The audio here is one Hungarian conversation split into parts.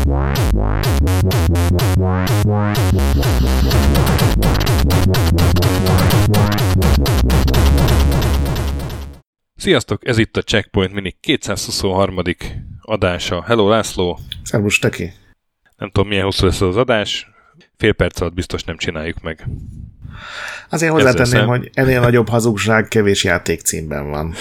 Sziasztok, ez itt a Checkpoint Mini 223. adása. Hello László! Szervusz, Teki! Nem tudom, milyen hosszú lesz az adás. Fél perc alatt biztos nem csináljuk meg. Azért hozzátenném, hogy ennél nagyobb hazugság kevés játékcímben van.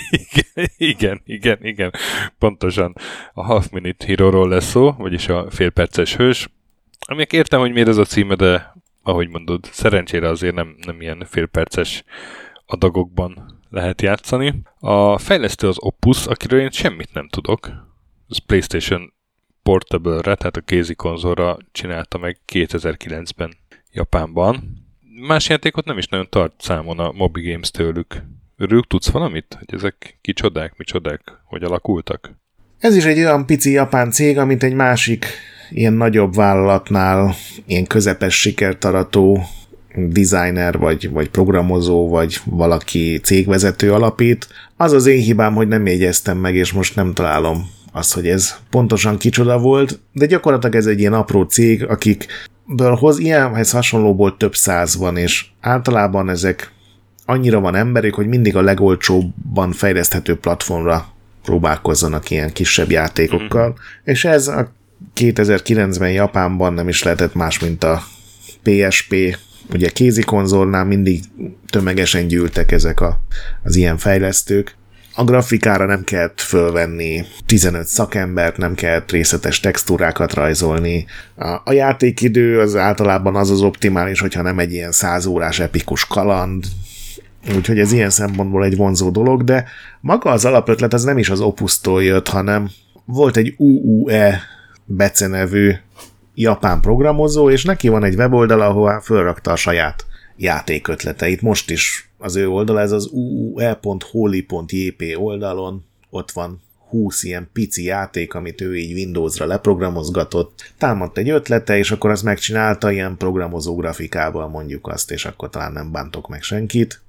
Igen. Pontosan a Half Minute Hero-ról lesz szó, vagyis a félperces hős. Aminek értem, hogy miért ez a címe, de ahogy mondod, szerencsére azért nem ilyen félperces adagokban lehet játszani. A fejlesztő az Opus, akiről én semmit nem tudok. Az PlayStation Portable-re, tehát a kézi konzolra csinálta meg 2009-ben Japánban. Más játékot nem is nagyon tart számon a Moby Games tőlük. Őrülük tudsz valamit? Hogy ezek kicsodák, micsodák, hogy alakultak? Ez is egy olyan pici japán cég, amit egy másik ilyen nagyobb vállalatnál ilyen közepes sikert arató designer, vagy programozó, vagy valaki cégvezető alapít. Az az én hibám, hogy nem jegyeztem meg, és most nem találom azt, hogy ez pontosan kicsoda volt, de gyakorlatilag ez egy ilyen apró cég, akikből ilyenhez hasonlóból több száz van, és általában ezek annyira van emberük, hogy mindig a legolcsóbban fejleszthető platformra próbálkozzanak ilyen kisebb játékokkal, és ez a 2009-ben Japánban nem is lehetett más, mint a PSP. Ugye kézi konzolnál mindig tömegesen gyűltek ezek az ilyen fejlesztők. A grafikára nem kellett fölvenni 15 szakembert, nem kellett részletes textúrákat rajzolni. A játékidő az általában az optimális, hogyha nem egy ilyen 100 órás epikus kaland, úgyhogy ez ilyen szempontból egy vonzó dolog, de maga az alapötlet az nem is az Opus-tól jött, hanem volt egy UUE Bece nevű japán programozó, és neki van egy weboldal, ahová fölrakta a saját játékötleteit. Most is az ő oldala, ez az uue.holy.jp oldalon, ott van 20 ilyen pici játék, amit ő így Windowsra leprogramozgatott. Támadt egy ötlete, és akkor azt megcsinálta ilyen programozó grafikával, mondjuk azt, és akkor talán nem bántok meg senkit.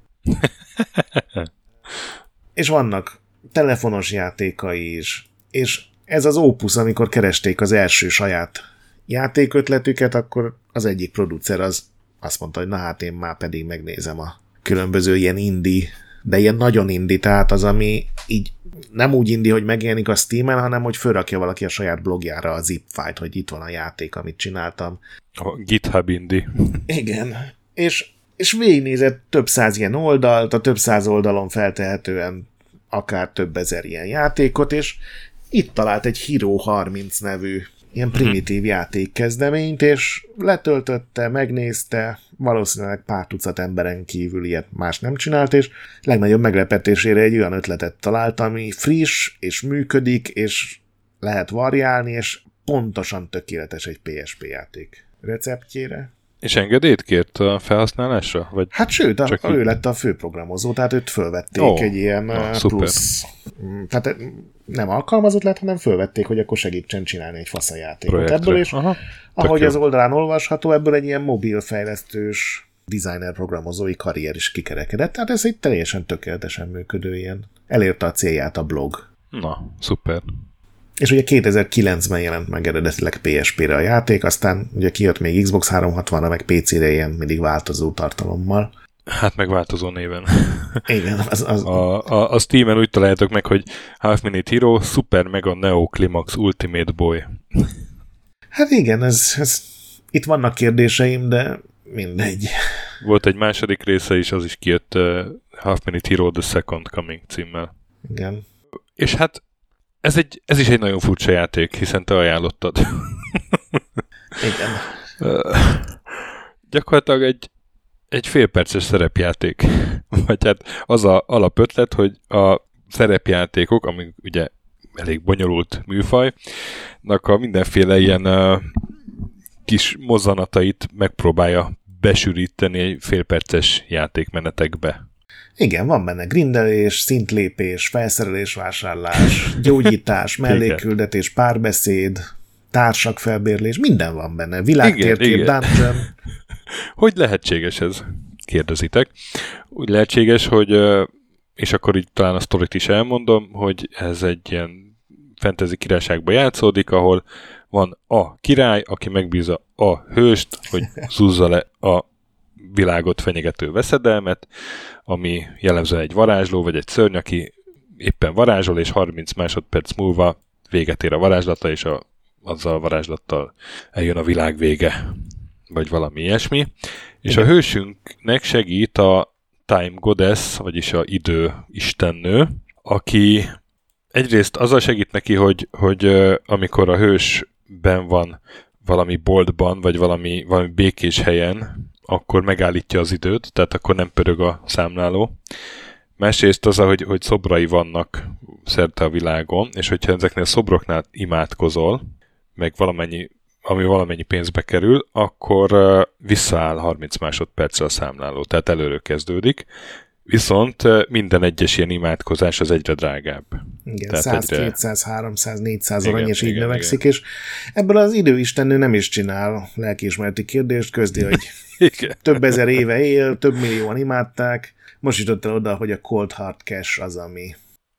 És vannak telefonos játékai is, és ez az Opus, amikor keresték az első saját játékötletüket, akkor az egyik producer az azt mondta, hogy na hát én már pedig megnézem a különböző ilyen indie, de ilyen nagyon indie, tehát az, ami így nem úgy indie, hogy megjelenik a Steamen, hanem hogy fölrakja valaki a saját blogjára a zip file-t, hogy itt van a játék, amit csináltam. A GitHub indie. Igen. És végignézett több száz ilyen oldalt, a több száz oldalon feltehetően akár több ezer ilyen játékot, és itt talált egy Hero 30 nevű ilyen primitív játékkezdeményt, és letöltötte, megnézte, valószínűleg pár tucat emberen kívül ilyet más nem csinált, és legnagyobb meglepetésére egy olyan ötletet talált, ami friss, és működik, és lehet variálni, és pontosan tökéletes egy PSP játék receptjére. És engedélyt kért a felhasználásra? Vagy hát sőt, ő lett a főprogramozó, tehát őt fölvették egy ilyen plusz. Tehát nem alkalmazott lett, hanem fölvették, hogy akkor segítsen csinálni egy faszajátékot. Projektre. Ebből is, ahogy az oldalán olvasható, ebből egy ilyen mobilfejlesztős designer programozói karrier is kikerekedett. Tehát ez egy teljesen tökéletesen működő ilyen. Elérte a célját a blog. Na, szuper. És ugye 2009-ben jelent meg eredetileg PSP-re a játék, aztán ugye kijött még Xbox 360-ra, meg PC-re ilyen mindig változó tartalommal. Hát meg változó néven. Igen. A Steam-en úgy találjátok meg, hogy Half Minute Hero Super Mega Neo Climax Ultimate Boy. Hát igen, ez itt vannak kérdéseim, de mindegy. Volt egy második része is, az is kijött Half Minute Hero The Second Coming címmel. Igen. És hát ez is egy nagyon furcsa játék, hiszen te ajánlottad. Igen. Gyakorlatilag egy félperces szerepjáték. Vagy hát az a alapötlet, hogy a szerepjátékok, amik ugye elég bonyolult műfajnak a mindenféle ilyen kis mozzanatait megpróbálja besűríteni egy félperces játékmenetekbe. Igen, van benne grindelés, szintlépés, felszerelésvásárlás, gyógyítás, mellékküldetés, párbeszéd, társak felbérlés, minden van benne. Világtérkép, dungeon. Hogy lehetséges ez? Kérdezitek. Úgy lehetséges, hogy, és akkor így talán a sztorit is elmondom, hogy ez egy ilyen fantasy királyságban játszódik, ahol van a király, aki megbízza a hőst, hogy zúzza le a világot fenyegető veszedelmet, ami jellemzően egy varázsló, vagy egy szörny, aki éppen varázsol, és 30 másodperc múlva véget ér a varázslata, és azzal a varázslattal eljön a világ vége, vagy valami ilyesmi. És a hősünknek segít a Time Goddess, vagyis a idő istennő, aki egyrészt azzal segít neki, hogy amikor a hősben van valami boltban, vagy valami békés helyen, akkor megállítja az időt, tehát akkor nem pörög a számláló. Másrészt az, hogy szobrai vannak szerte a világon, és hogyha ezeknél a szobroknál imádkozol, meg ami valamennyi pénzbe kerül, akkor visszaáll 30 másodperccel a számláló, tehát előről kezdődik. Viszont minden egyes ilyen imádkozás az egyre drágább. Igen, tehát 100, 200, 300, 400 arany, és így növekszik, és ebből az időistennő nem is csinál lelkiismereti kérdést, közdi, hogy több ezer éve él, több millióan imádták, most jutott el oda, hogy a Cold Hard Cash az, ami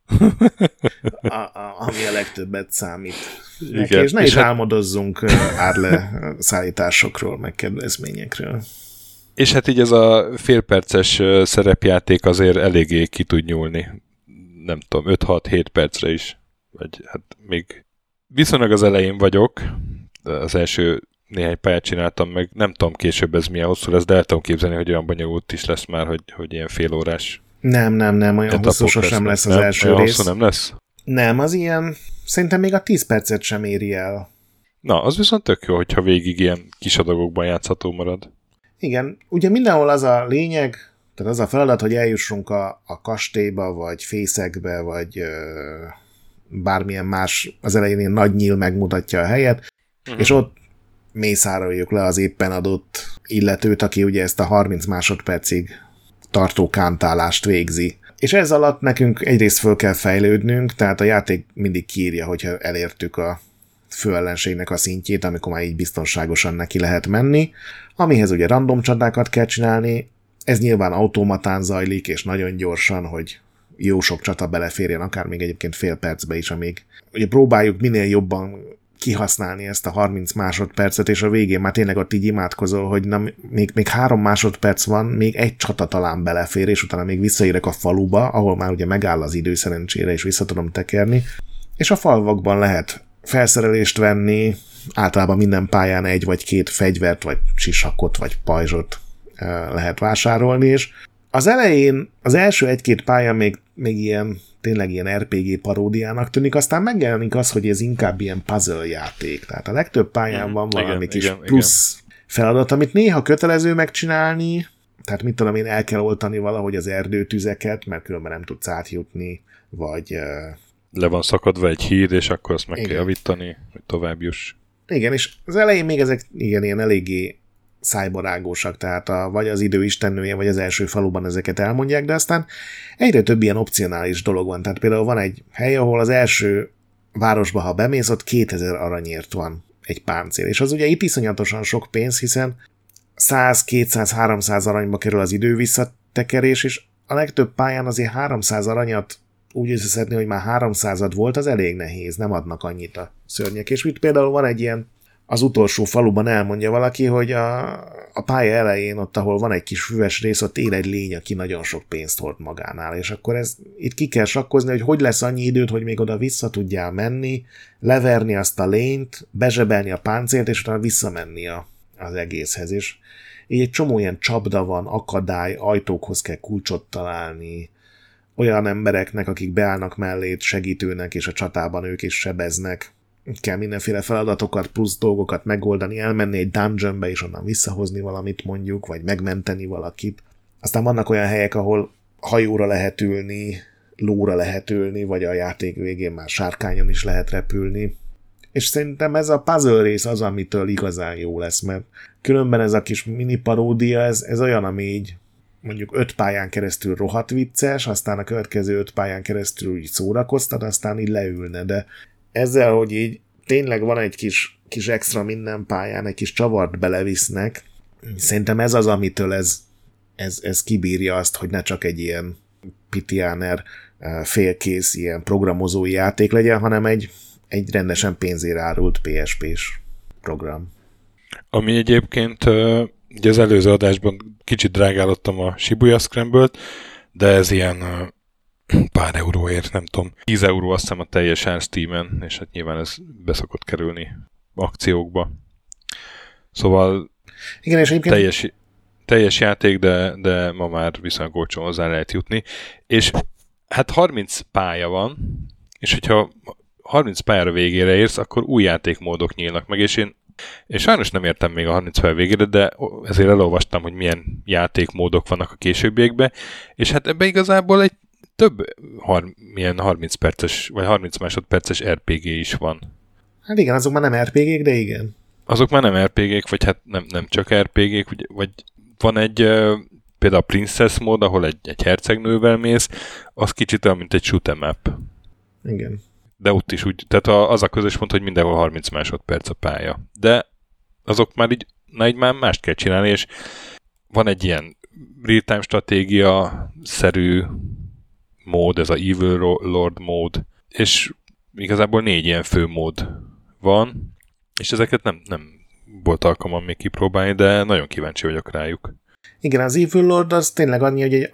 a legtöbbet számít. És ne is álmodozzunk árle szállításokról, meg kedvezményekről. És hát így ez a félperces szerepjáték azért eléggé ki tud nyúlni. Nem tudom, 5-6-7 percre is. Vagy hát még viszonylag az elején vagyok. Az első néhány pályát csináltam meg. Nem tudom később ez milyen hosszú lesz, de el tudom képzelni, hogy olyan bonyolult is lesz már, hogy ilyen félórás. Nem, olyan hosszú sosem lesz az első rész. Hosszú nem lesz? Nem, az ilyen, szerintem még a 10 percet sem éri el. Na, az viszont tök jó, hogyha végig ilyen kis adagokban játszható marad. Igen, ugye mindenhol az a lényeg, tehát az a feladat, hogy eljussunk a kastélyba, vagy fészekbe, vagy bármilyen más, az elején ilyen nagy nyíl megmutatja a helyet, és ott mészároljuk le az éppen adott illetőt, aki ugye ezt a 30 másodpercig tartó kántállást végzi. És ez alatt nekünk egyrészt föl kell fejlődnünk, tehát a játék mindig kiírja, hogyha elértük a főellenségnek a szintjét, amikor már így biztonságosan neki lehet menni, amihez ugye random csatákat kell csinálni, ez nyilván automatán zajlik, és nagyon gyorsan, hogy jó sok csata beleférjen, akár még egyébként fél percbe is, amíg ugye próbáljuk minél jobban kihasználni ezt a 30 másodpercet, és a végén már tényleg ott így imádkozol, hogy na, még 3 másodperc van, még egy csata talán belefér, és utána még visszaérek a faluba, ahol már ugye megáll az idő szerencsére, és vissza tudom tekerni, és a falvakban lehet felszerelést venni, általában minden pályán 1 vagy 2 fegyvert, vagy sisakot, vagy pajzsot lehet vásárolni, és az elején az első 1-2 pálya még ilyen, tényleg ilyen RPG paródiának tűnik, aztán megjelenik az, hogy ez inkább ilyen puzzle játék. Tehát a legtöbb pályán van valami kis plusz feladat, amit néha kötelező megcsinálni, tehát mit tudom én, el kell oltani valahogy az erdőtüzeket, mert különben nem tudsz átjutni, vagy le van szakadva egy híd, és akkor azt meg kell javítani, hogy tovább juss. Igen, és az elején még ezek ilyen eléggé szájbarágósak, tehát vagy az idő istennője, vagy az első faluban ezeket elmondják, de aztán egyre több ilyen opcionális dolog van. Tehát például van egy hely, ahol az első városba, ha bemész, ott 2000 aranyért van egy páncél. És az ugye itt iszonyatosan sok pénz, hiszen 100, 200, 300 aranyba kerül az idő visszatekerés, és a legtöbb pályán azért 300 aranyat úgy összeszedni, hogy már 300-ad volt, az elég nehéz, nem adnak annyit a szörnyek. És itt például van egy ilyen, az utolsó faluban elmondja valaki, hogy a pálya elején, ott, ahol van egy kis füves rész, ott él egy lény, aki nagyon sok pénzt hord magánál, és akkor itt ki kell sakkozni, hogy lesz annyi időt, hogy még oda vissza tudjál menni, leverni azt a lényt, bezsebelni a páncélt, és utána visszamenni az egészhez, és így egy csomó ilyen csapda van, akadály, ajtókhoz kell kulcsot találni, olyan embereknek, akik beállnak mellét segítőnek, és a csatában ők is sebeznek, kell mindenféle feladatokat, plusz dolgokat megoldani, elmenni egy dungeonbe, és onnan visszahozni valamit mondjuk, vagy megmenteni valakit. Aztán vannak olyan helyek, ahol hajóra lehet ülni, lóra lehet ülni, vagy a játék végén már sárkányon is lehet repülni. És szerintem ez a puzzle rész az, amitől igazán jó lesz, mert különben ez a kis mini paródia, ez olyan, ami így mondjuk 5 pályán keresztül rohadt vicces, aztán a következő 5 pályán keresztül így szórakoztat, aztán így leülne, de ezzel, hogy így tényleg van egy kis extra minden pályán, egy kis csavart belevisznek, szerintem ez az, amitől ez kibírja azt, hogy ne csak egy ilyen pitiáner félkész ilyen programozói játék legyen, hanem egy egy rendesen pénzére árult PSP-s program. Ami egyébként, ugye az előző adásban kicsit drágálottam a Shibuya Scramble-t, de ez ilyen pár euróért, nem tudom. 10 euró azt hiszem a teljes ár Steamen, és hát nyilván ez beszokott kerülni akciókba. Szóval igen, és teljes játék, de ma már viszonylag olcsón hozzá lehet jutni. És hát 30 pálya van, és hogyha 30 pályára végére érsz, akkor új játékmódok nyílnak meg, és én sajnos nem értem még a 30 pálya végére, de ezért elolvastam, hogy milyen játékmódok vannak a későbbiekben, és hát ebbe igazából egy több milyen 30 perces, vagy 30 másodperces RPG is van. Hát igen, azok már nem RPG-k, de igen. Azok már nem RPG-k, vagy hát nem csak RPG-k, vagy van egy például a Princess mód, ahol egy hercegnővel mész, az kicsit olyan, mint egy shoot'em up. Igen. De ott is úgy, tehát az a közös pont, hogy mindenhol 30 másodperc a pálya. De azok már így már mást kell csinálni, és van egy ilyen real-time stratégia-szerű mód, ez a Evil Lord mód, és igazából 4 ilyen fő mód van, és ezeket nem volt alkalmam még kipróbálni, de nagyon kíváncsi vagyok rájuk. Igen, az Evil Lord az tényleg annyi, hogy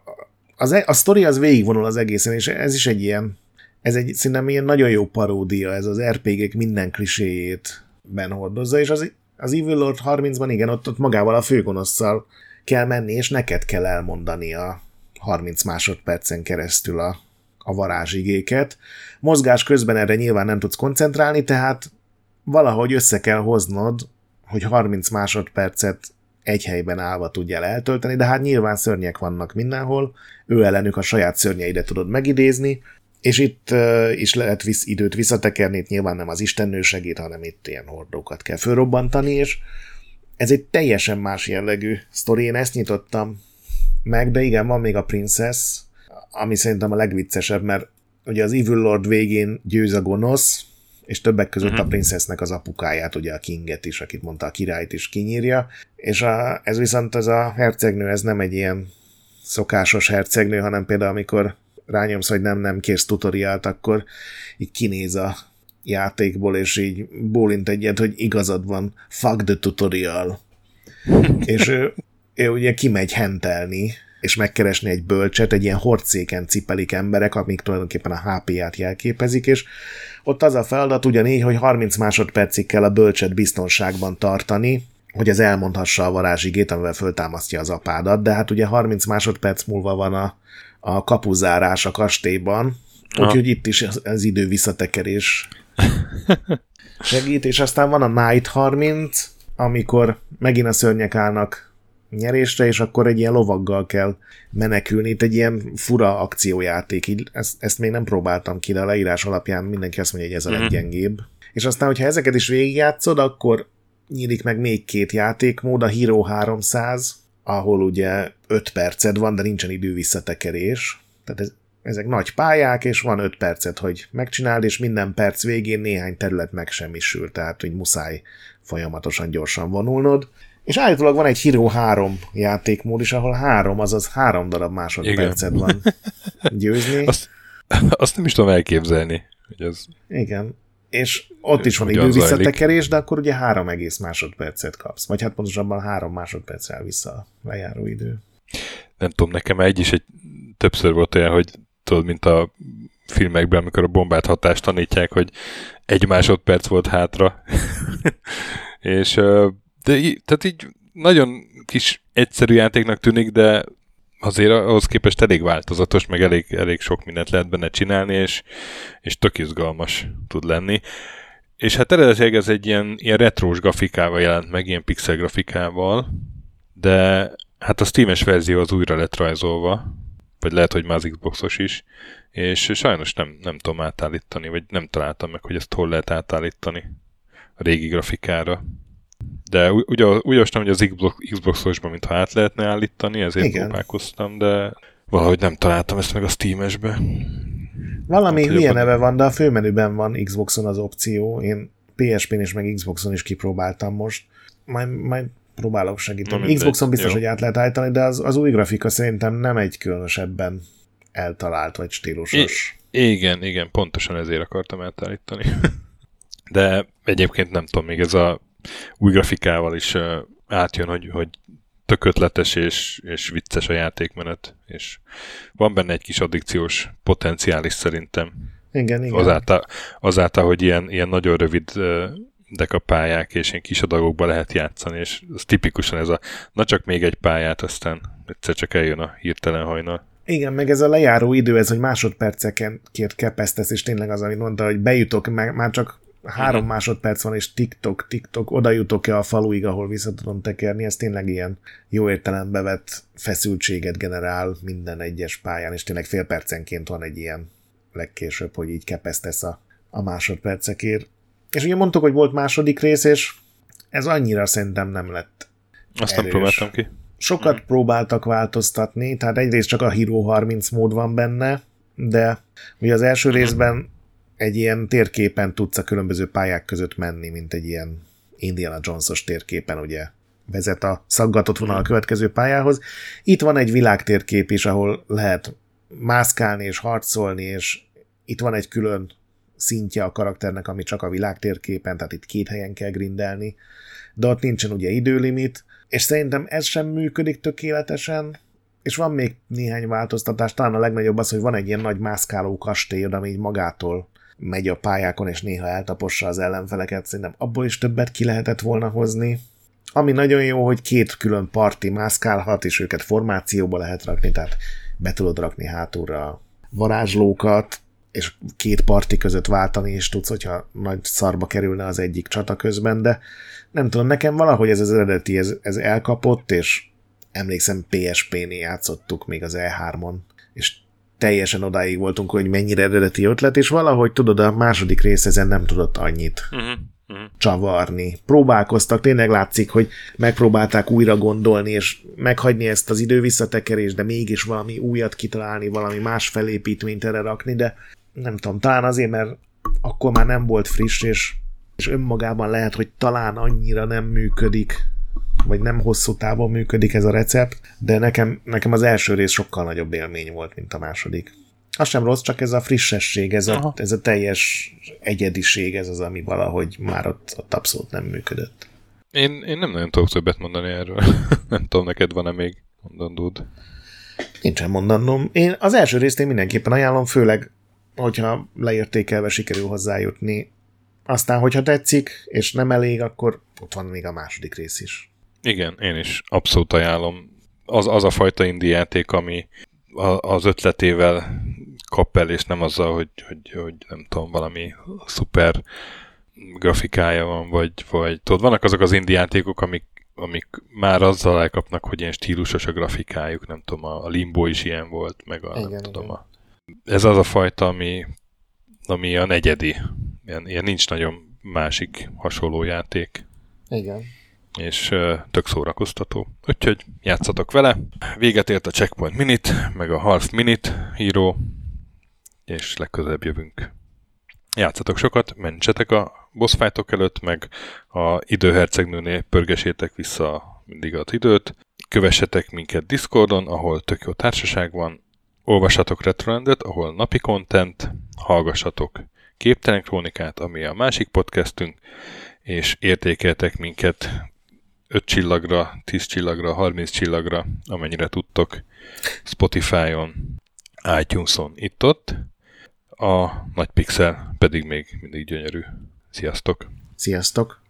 a sztori az végigvonul az egészen, és ez is egy ilyen, ez egy szerintem ilyen nagyon jó paródia, ez az RPG-k minden kliséjét benhordozza, és az Evil Lord 30-ban igen, ott magával a főgonosszal kell menni, és neked kell elmondani a 30 másodpercen keresztül a varázsigéket. Mozgás közben erre nyilván nem tudsz koncentrálni, tehát valahogy össze kell hoznod, hogy 30 másodpercet egy helyben állva tudjál eltölteni, de hát nyilván szörnyek vannak mindenhol, ő ellenük a saját szörnyeidet tudod megidézni, és itt is lehet időt visszatekerni, itt nyilván nem az istennő segít, hanem itt ilyen hordókat kell fölrobbantani, és ez egy teljesen más jellegű sztori, én ezt nyitottam meg, de igen, van még a Princess, ami szerintem a legviccesebb, mert ugye az Evil Lord végén győz a gonosz, és többek között a Princessnek az apukáját, ugye a Kinget is, akit mondta, a királyt is kinyírja, és ez viszont ez a hercegnő, ez nem egy ilyen szokásos hercegnő, hanem például amikor rányomsz, hogy nem kérsz tutoriált, akkor így kinéz a játékból, és így bólint egyet, hogy igazad van, fuck the tutorial. És ő ugye kimegy hentelni, és megkeresni egy bölcset, egy ilyen hordszéken cipelik emberek, amik tulajdonképpen a HP-ját jelképezik, és ott az a feladat ugyanígy, hogy 30 másodpercig kell a bölcset biztonságban tartani, hogy ez elmondhassa a varázsigét, amivel föltámasztja az apádat, de hát ugye 30 másodperc múlva van a kapuzárás a kastélyban, úgyhogy itt is az idő visszatekerés segít, és aztán van a Night 30, amikor megint a szörnyek állnak nyerésre, és akkor egy ilyen lovaggal kell menekülni. Itt egy ilyen fura akciójáték. Így ezt még nem próbáltam ki, de a leírás alapján mindenki azt mondja, hogy ez a leggyengébb. És aztán, hogyha ezeket is végigjátszod, akkor nyílik meg még 2 játékmód, a Hero 300, ahol ugye 5 perced van, de nincsen idő visszatekerés. Tehát ezek nagy pályák, és van 5 percet, hogy megcsináld, és minden perc végén néhány terület megsemmisül, tehát hogy muszáj folyamatosan gyorsan vonulnod. És állítólag van egy Hero 3 játékmód is, ahol 3, azaz 3 darab másodpercet van győzni. Azt nem is tudom elképzelni, hogy az... Igen. És ott is van idő visszatekerés, de akkor ugye 3 egész másodpercet kapsz. Vagy hát pontosabban 3 másodperccel vissza a lejáró idő. Nem tudom, nekem egy többször volt olyan, hogy tudod, mint a filmekben, amikor a bombát hatást tanítják, hogy 1 másodperc volt hátra. És tehát így nagyon kis egyszerű játéknak tűnik, de azért ahhoz képest elég változatos, meg elég sok mindent lehet benne csinálni, és tök izgalmas tud lenni. És hát eredetileg ez egy ilyen retrós grafikával jelent meg, ilyen pixel grafikával, de hát a Steam-es verzió az újra lett rajzolva, vagy lehet, hogy már az Xboxos is, és sajnos nem tudom átállítani, vagy nem találtam meg, hogy ezt hol lehet átállítani a régi grafikára. De úgy olvastam, hogy az Xboxosban mintha át lehetne állítani, ezért próbálkoztam, de valahogy nem találtam ezt meg a Steam-esbe. Valami hát, hülye neve van, de a főmenüben van Xboxon az opció. Én PSP-n és meg Xboxon is kipróbáltam most. Majd próbálok segíteni. Xboxon biztos, hogy át lehet állítani, de az új grafika szerintem nem egy különösebben eltalált vagy stílusos. Igen, pontosan ezért akartam átállítani. De egyébként nem tudom, még ez a új grafikával is átjön, hogy tök ötletes és vicces a játékmenet, és van benne egy kis addikciós potenciál is szerintem. Igen. Azáltal, hogy ilyen nagyon rövid dekapályák, és ilyen kis adagokba lehet játszani, és ez tipikusan ez na csak még egy pályát, aztán egyszer csak eljön a hirtelen hajnal. Igen, meg ez a lejáró idő, ez, hogy másodpercekért kepesztesz, és tényleg az, amit mondta, hogy bejutok, már csak 3 másodperc van, és tiktok, oda jutok-e a faluig, ahol vissza tudom tekerni, ez tényleg ilyen jó értelembe vett feszültséget generál minden egyes pályán, és tényleg fél percenként van egy ilyen legkésőbb, hogy így kepesztesz a másodpercekért. És ugye mondtuk, hogy volt második rész, és ez annyira szerintem nem lett Azt nem próbáltam ki. Sokat próbáltak változtatni, tehát egyrészt csak a Hero 30 mód van benne, de ugye az első részben egy ilyen térképen tudsz a különböző pályák között menni, mint egy ilyen Indiana Jones-os térképen, ugye vezet a szaggatott vonal a következő pályához. Itt van egy világtérkép is, ahol lehet mászkálni és harcolni, és itt van egy külön szintje a karakternek, ami csak a világtérképen, tehát itt 2 helyen kell grindelni, de ott nincsen ugye időlimit, és szerintem ez sem működik tökéletesen, és van még néhány változtatás, talán a legnagyobb az, hogy van egy ilyen nagy mászkáló kastély, ami így magától megy a pályákon, és néha eltapossa az ellenfeleket, szerintem abból is többet ki lehetett volna hozni. Ami nagyon jó, hogy 2 külön parti mászkálhat, és őket formációba lehet rakni, tehát be tudod rakni hátulra a varázslókat, és 2 parti között váltani is tudsz, hogyha nagy szarba kerülne az egyik csata közben, de nem tudom, nekem valahogy ez az eredeti, ez elkapott, és emlékszem PSP-nél játszottuk még az E3-on, és teljesen odáig voltunk, hogy mennyire eredeti ötlet, és valahogy tudod, a második rész ezen nem tudott annyit csavarni. Próbálkoztak, tényleg látszik, hogy megpróbálták újra gondolni, és meghagyni ezt az idő-visszatekerést, de mégis valami újat kitalálni, valami más felépítményt erre rakni, de nem tudom, talán azért, mert akkor már nem volt friss, és önmagában lehet, hogy talán annyira nem működik, vagy nem hosszú távon működik ez a recept, de nekem az első rész sokkal nagyobb élmény volt, mint a második. Az sem rossz, csak ez a frissesség, ez a teljes egyediség, ez az, ami valahogy már ott abszolút nem működött. Én nem nagyon tudok többet mondani erről. Nem tudom, neked van-e még mondandód? Nincsen mondanom. Én az első részt én mindenképpen ajánlom, főleg, hogyha leértékelve sikerül hozzájutni. Aztán, hogyha tetszik, és nem elég, akkor ott van még a második rész is. Igen, én is abszolút ajánlom. Az a fajta indie játék, ami az ötletével kap el, és nem azzal, hogy nem tudom, valami szuper grafikája van, vagy tudod, vannak azok az indie játékok, amik már azzal elkapnak, hogy ilyen stílusos a grafikájuk, nem tudom, a Limbo is ilyen volt, meg ez az a fajta, ami a negyedi. Ilyen nincs nagyon másik hasonló játék. Igen. És tök szórakoztató. Úgyhogy játszatok vele. Véget ért a Checkpoint Minute, meg a Half Minute Hero, és legközelebb jövünk. Játszatok sokat, mentsetek a boss fightok előtt, meg a időhercegnőnél pörgesétek vissza mindig az időt. Kövessetek minket Discordon, ahol tök jó társaság van. Olvassatok Retrolandet, ahol napi content. Hallgassatok Képtelen Krónikát, ami a másik podcastünk, és értékeltek minket 5 csillagra, 10 csillagra, 30 csillagra, amennyire tudtok, Spotify-on, iTunes-on, itt-ott. A nagy pixel pedig még mindig gyönyörű. Sziasztok! Sziasztok!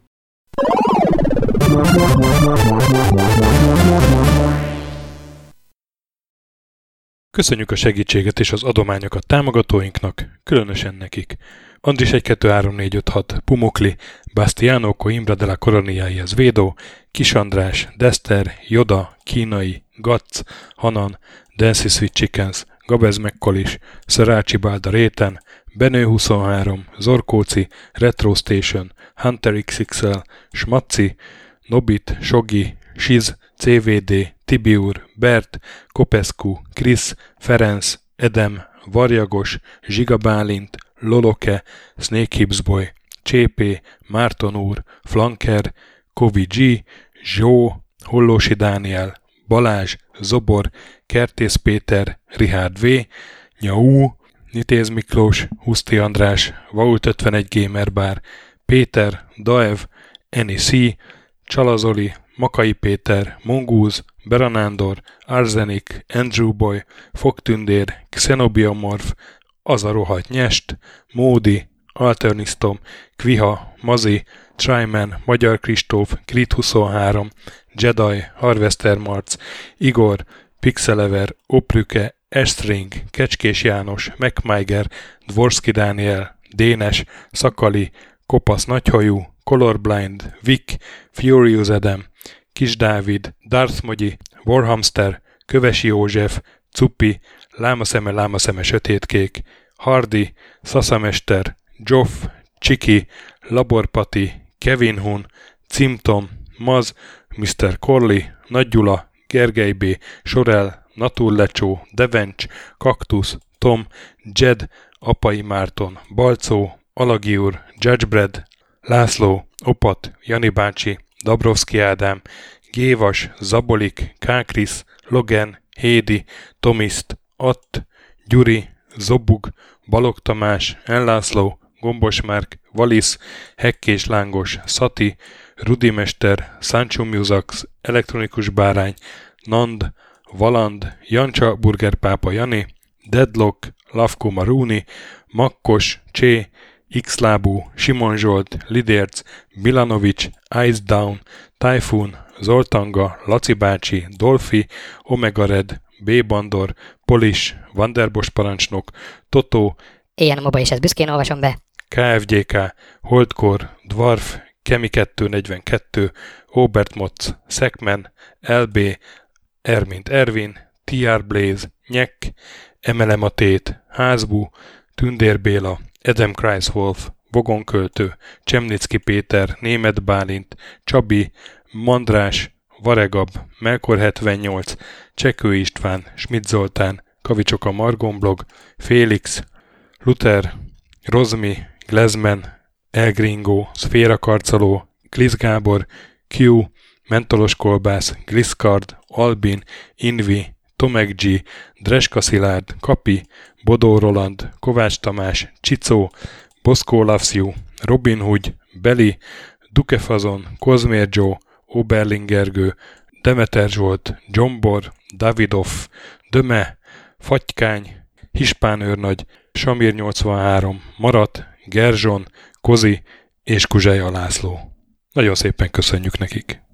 Köszönjük a segítséget és az adományokat támogatóinknak, különösen nekik. Andris 1, 2, 3, 4, 5, 6, Pumukli, Bastiano, Coimbra de la Coroniai, az Védó, Kis András, Dester, Joda, Kínai, Gatz, Hanan, Dancy Sweet Chickens, Gabez Mekkolis, Szarácsi Bálda Réten, Benő 23, Zorkóci, Retro Station, Hunter XXL, Smaci, Nobit, Sogi, Siz, CVD, Tibiur, Bert, Kopescu, Krisz, Ferenc, Edem, Varjagos, Zsiga Bálint, Loloke, Snake Hipsboy, Csépé, Márton úr, Flanker, Kovi G, Zsó, Hollósi Dániel, Balázs, Zobor, Kertész Péter, Richard V, Nyau, Nitéz Miklós, Huszti András, Vault 51 Gamer Bar, Péter, Daev, Eni C, Csalazoli, Makai Péter, Mongúz, Beranándor, Arzenik, Andrew Boy, Fogtündér, Xenobiomorph, Az a rohadt nyest, Módi, Alternisztom, Kviha, Mazi, Tryman, Magyar Kristóf, Krit 23, Jedi, Harvester Marc, Igor, Pixelever, Oprüke, Estring, Kecskés János, MacMiger, Dvorski Dániel, Dénes, Szakali, Kopasz Nagyhajú, Colorblind, Vic, Furious Adam, Kis Dávid, Darth Mogyi, Warhamster, Kövesi József, Cupi, Lámaszeme sötétkék, Hardy, Szaszamester, Joff, Csiki, Laborpati, Kevin Hun, Cimtom, Maz, Mr. Corley, Nagy Gyula, Gergely B., Sorel, Naturlecsó, Devencs, Kaktusz, Tom, Jed, Apai Márton, Balcó, Alagi úr, Judgebred, László, Opat, Jani bácsi, Dabrowski Ádám, Gévas, Zabolik, Kákris, Logan, Hédi, Tomiszt, Att, Gyuri, Zobug, Balog Tamás, Enlászló, Gombos Márk, Valisz, Hekkés Lángos, Szati, Rudimester, Sancho Musax, Elektronikus Bárány, Nand, Valand, Jancsa Burgerpápa Jani, Deadlock, Lavko Maruni, Makkos, Csé, Xlábú, Simon Zsolt, Lidérc, Milanovic, Ice Down, Typhoon, Zoltanga, Laci bácsi, Dolfi, Omega Red, B. Bandor, Polis, Vanderbos parancsnok, Totó, Éjjel Moba, és ezt büszkén olvasom be. KFGK, Holdkor, Dwarf, Kemi 242, Obert Motz, Szekmen, LB, Ermint Ervin, TR Blaze, Nyek, Emelem a Tét, Házbú, Tündér Béla, Adam Kreiswolf, Vogonköltő, Csemnicki Péter, Németh Bálint, Csabi, Mandrás, Varegab, Melkor 78, Csekő István, Schmidt Zoltán, Kavicsok a Margonblog, Félix, Luther, Rozmi, Glezmen, Elgringo, Szféra Karcoló, Glisz Gábor, Q, Mentolos Kolbász, Gliscard, Albin, Invi, Tomek G, Dreska Szilárd, Kapi, Bodó Roland, Kovács Tamás, Csicó, Boszkó Loves You, Robin Hood, Beli, Dukefazon, Kozmér Joe, Oberlingergő, Demeter Zsolt, Gyombor, Davidoff, Döme, Fatykány, Hispán őrnagy, Samir 83, Marat, Gerzson, Kozi és Kuzseja László. Nagyon szépen köszönjük nekik!